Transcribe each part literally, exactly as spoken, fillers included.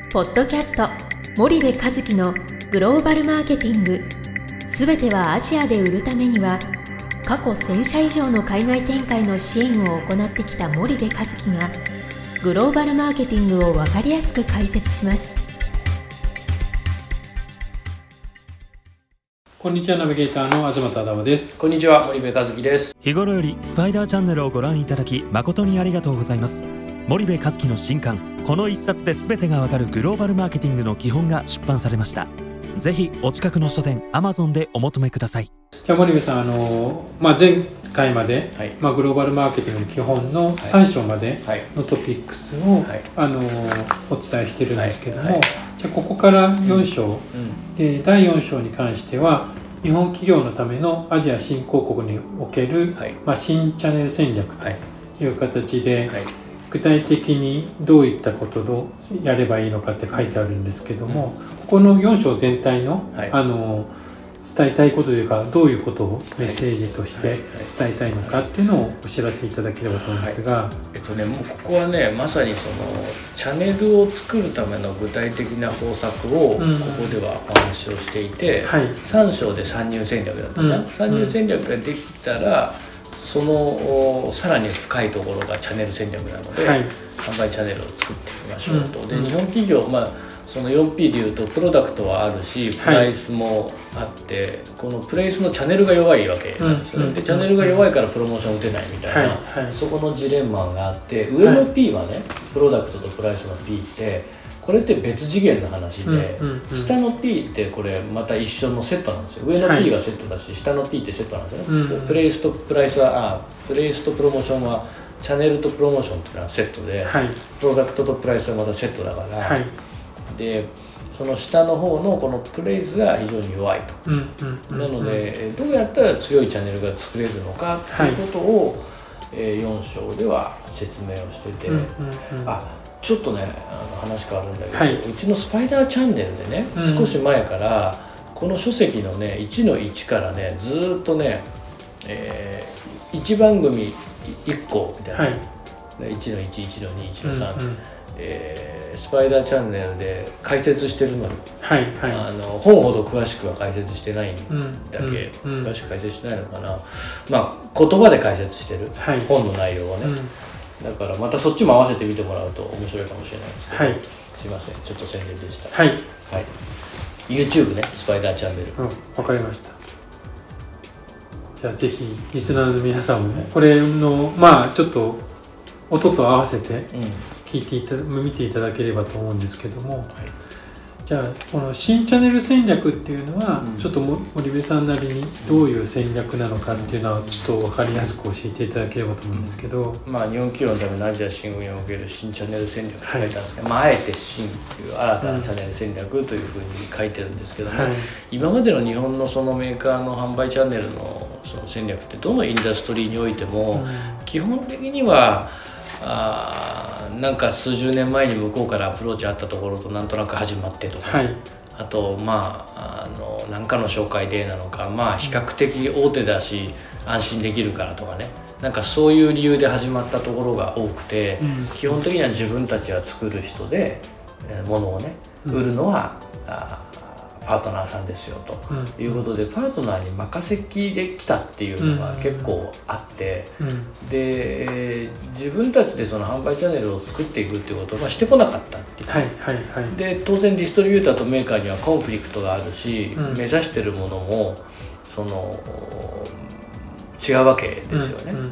ポッドキャスト森部一樹のグローバルマーケティング、すべてはアジアで売るためには、過去せん社以上の海外展開の支援を行ってきた森部一樹がグローバルマーケティングを分かりやすく解説します。 こんにちは、ナビゲーターの東忠夫です。 こんにちは、森部一樹です。 日頃よりスパイダーチャンネルをご覧いただき誠にありがとうございます。森部一樹の新刊、この一冊で全てがわかるグローバルマーケティングの基本が出版されました。ぜひお近くの書店 Amazon でお求めください。 じゃあ森部さん、あの、まあ、前回まで、はい、まあ、グローバルマーケティングの基本のさん章までのトピックスを、はい、あのお伝えしてるんですけども、はいはい、じゃあここからよん章、うんうん、でだいよん章に関しては日本企業のためのアジア新興国における、はい、まあ、新チャンネル戦略という形で、はいはい、具体的にどういったことをやればいいのかって書いてあるんですけども、うん、ここのよん章全体の、はい、あの伝えたいことというか、どういうことをメッセージとして伝えたいのかっていうのをお知らせいただければと思いますが、はい、 えっとね、もうここはね、まさにそのチャンネルを作るための具体的な方策をここではお話をしていて、うん、はい、さん章で参入戦略だったじゃん、うん、参入戦略ができたら、そのさらに深いところがチャンネル戦略なので、はい、販売チャンネルを作っていきましょうと、うん、で日本企業、まあその よんピー でいうとプロダクトはあるしプライスもあって、はい、このプレイスのチャンネルが弱いわけなんですよ、うん、でチャンネルが弱いからプロモーション打てないみたいな、はいはい、そこのジレンマがあって、上の P はね、はい、プロダクトとプライスの P ってこれって別次元の話で、うんうんうん、下の P ってこれまた一緒のセットなんですよ。上の P がセットだし、はい、下の P ってセットなんですよね、うん、プレイスとプライスはあプレイスとプロモーションはチャンネルとプロモーションっていうのはセットで、はい、プロダクトとプライスはまたセットだから、はい、でその下の方のこのプレイスが非常に弱いと、うんうんうんうん、なのでどうやったら強いチャンネルが作れるのかということを、はい、えー、よん章では説明をしてて、うんうんうん、あちょっとねあの話変わるんだけど、はい、うちのスパイダーチャンネルでね、うん、少し前からこの書籍のねいちのいちからねずっとね、えー、いち番組いっこみたいな、はい、いちのいち、いちのに、いちのさん、うんうん、えー、スパイダーチャンネルで解説してるのに、はいはい、あの本ほど詳しくは解説してないんだけ、うんうん、詳しく解説してないのかな、まあ言葉で解説してる、はい、本の内容をね、うん、だからまたそっちも合わせて見てもらうと面白いかもしれないですけど、はい、すいません、ちょっと宣伝でした。はい、はい、YouTube ね、スパイダーチャンネル。 うん、わかりました。じゃあぜひリスナーの皆さんも、ね、これのまあちょっと音と合わせて、うん、聞いていた見ていただければと思うんですけども、はい、じゃあこの新チャンネル戦略っていうのは、うん、ちょっと森部さんなりにどういう戦略なのかっていうのはちょっと分かりやすく教えていただければと思うんですけど、 うん、まあ日本企業のためのアジア新興における新チャンネル戦略って書いてあるんですけど、はい、まあ、あえて新という新たなチャンネル戦略というふうに書いてるんですけども、はい、今までの日本のそのメーカーの販売チャンネルのその戦略ってどのインダストリーにおいても、うん、基本的にはあなんか数十年前に向こうからアプローチあったところとなんとなく始まってとか、はい、あとまああの何かの紹介でなのか、まあ比較的大手だし安心できるからとかね、なんかそういう理由で始まったところが多くて、うん、基本的には自分たちが作る人で物をね売るのは、うん、あパートナーさんですよということで、うん、パートナーに任せっきりできたっていうのが結構あって、うん、で自分たちでその販売チャンネルを作っていくっていうことはしてこなかったっていう、はいはいはい、で当然ディストリビューターとメーカーにはコンフリクトがあるし、うん、目指してるものもその違うわけですよね、うんうんうん、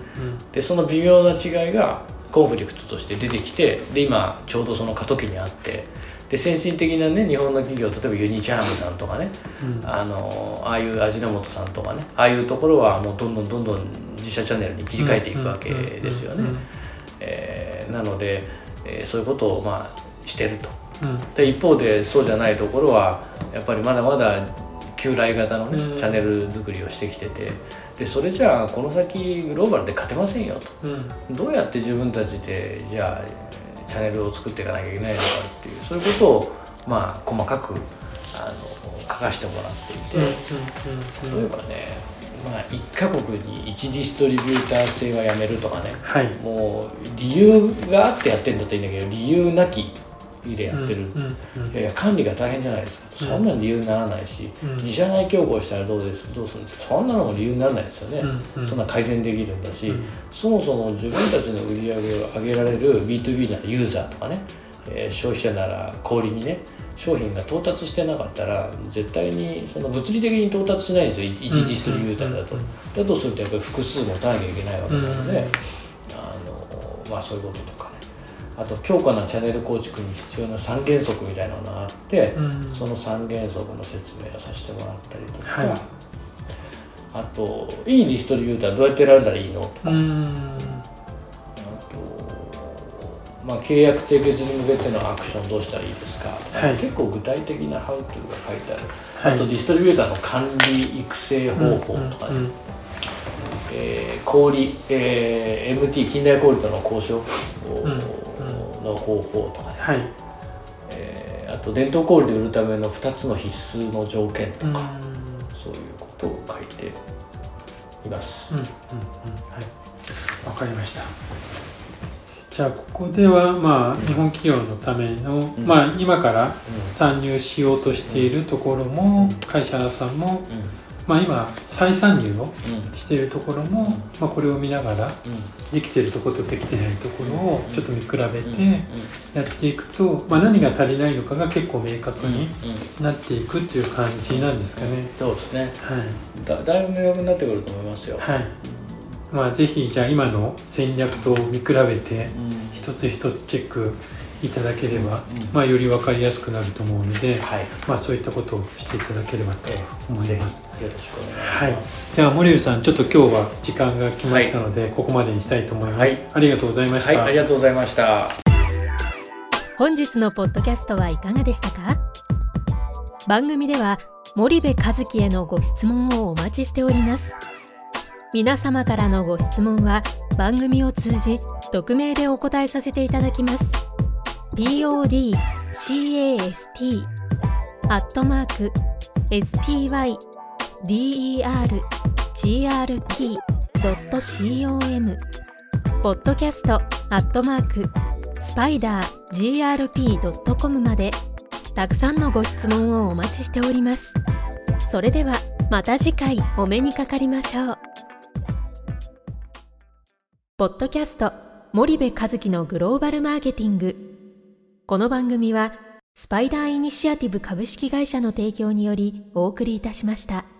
でその微妙な違いがコンフリクトとして出てきて、で今ちょうどその過渡期にあって、で先進的なね日本の企業、例えばユニチャームさんとかね、うん、あのああいう味の素さんとかね、ああいうところはもうどんどんどんどん自社チャンネルに切り替えていくわけですよね。なので、えー、そういうことをまあしてると、うん、で一方でそうじゃないところはやっぱりまだまだ旧来型のね、うん、チャンネル作りをしてきてて、でそれじゃあこの先グローバルで勝てませんよと、うん、どうやって自分たちでじゃあチャンネルを作っていかなきゃいけないのかっていう、そういうことをまあ細かくあの書かせてもらっていて、うんうんうんうん、例えばね、まあ、いっカ国にいちディストリビューター制はやめるとかね、はい、もう理由があってやってるんだったらいいんだけど、理由なきでやってる、 うんうんうん、 いやいや管理が大変じゃないですか、うん、そんなの理由にならないし、うん、自社内競合したらどうですどうするんですか、そんなのも理由にならないですよね、うんうん、そんな改善できるんだし、うん、そもそも自分たちの売り上げを上げられる ビーツービー ならユーザーとかね、えー、消費者なら小売りにね商品が到達してなかったら絶対にその物理的に到達しないんですよ、いちディストリビューターだと。だとするとやっぱり複数持たなきゃいけないわけなので、あのまあそういうこととかね、あと強化なチャンネル構築に必要な三原則みたいなのがあって、その三原則の説明をさせてもらったりとか、はい、あといいディストリビューターどうやって選んだらいいのとか、まあ、契約締結に向けてのアクションどうしたらいいですか、はい、結構具体的なハウトゥーが書いてある、はい、あとディストリビューターの管理育成方法とかね、うんうん、えー、小売、えー、エムティー 近代小売との交渉の方法とかね、はい、えー、あと伝統小売で売るためのふたつの必須の条件とか、うん、そういうことを書いています。 うんうんうん、はい、わかりました。じゃあここでは、まあ、日本企業のための、うん、まあ、今から参入しようとしているところも、うん、会社さんも、うん、まあ、今再参入をしているところも、うん、まあ、これを見ながら、できているところとできていないところをちょっと見比べてやっていくと、まあ、何が足りないのかが結構明確になっていくっていう感じなんですかね。 そうですね、はい、だ, だいぶ明確になってくると思いますよ。はい、 まあ、ぜひじゃあ今の戦略と見比べて一つ一つチェックいただければ、うんうん、まあ、より分かりやすくなると思うので、はい、まあ、そういったことをしていただければと思います。 よろしくお願いします。 はい、では森内さん、ちょっと今日は時間が来ましたので、はい、ここまでにしたいと思います。はい、ありがとうございました。 はい、ありがとうございました。 本日のポッドキャストはいかがでしたか？番組では森部一樹へのご質問をお待ちしております。皆様からのご質問は番組を通じ匿名でお答えさせていただきます。ピーオーディーキャスト アットマーク エスピーワイディーイーアールジーアールピー ドット コム ポッドキャストアットマークスパイダー ジーアールピー ドット コム までたくさんのご質問をお待ちしております。それではまた次回お目にかかりましょう。ポッドキャスト森部一樹のグローバルマーケティング。この番組はスパイダーイニシアティブ株式会社の提供によりお送りいたしました。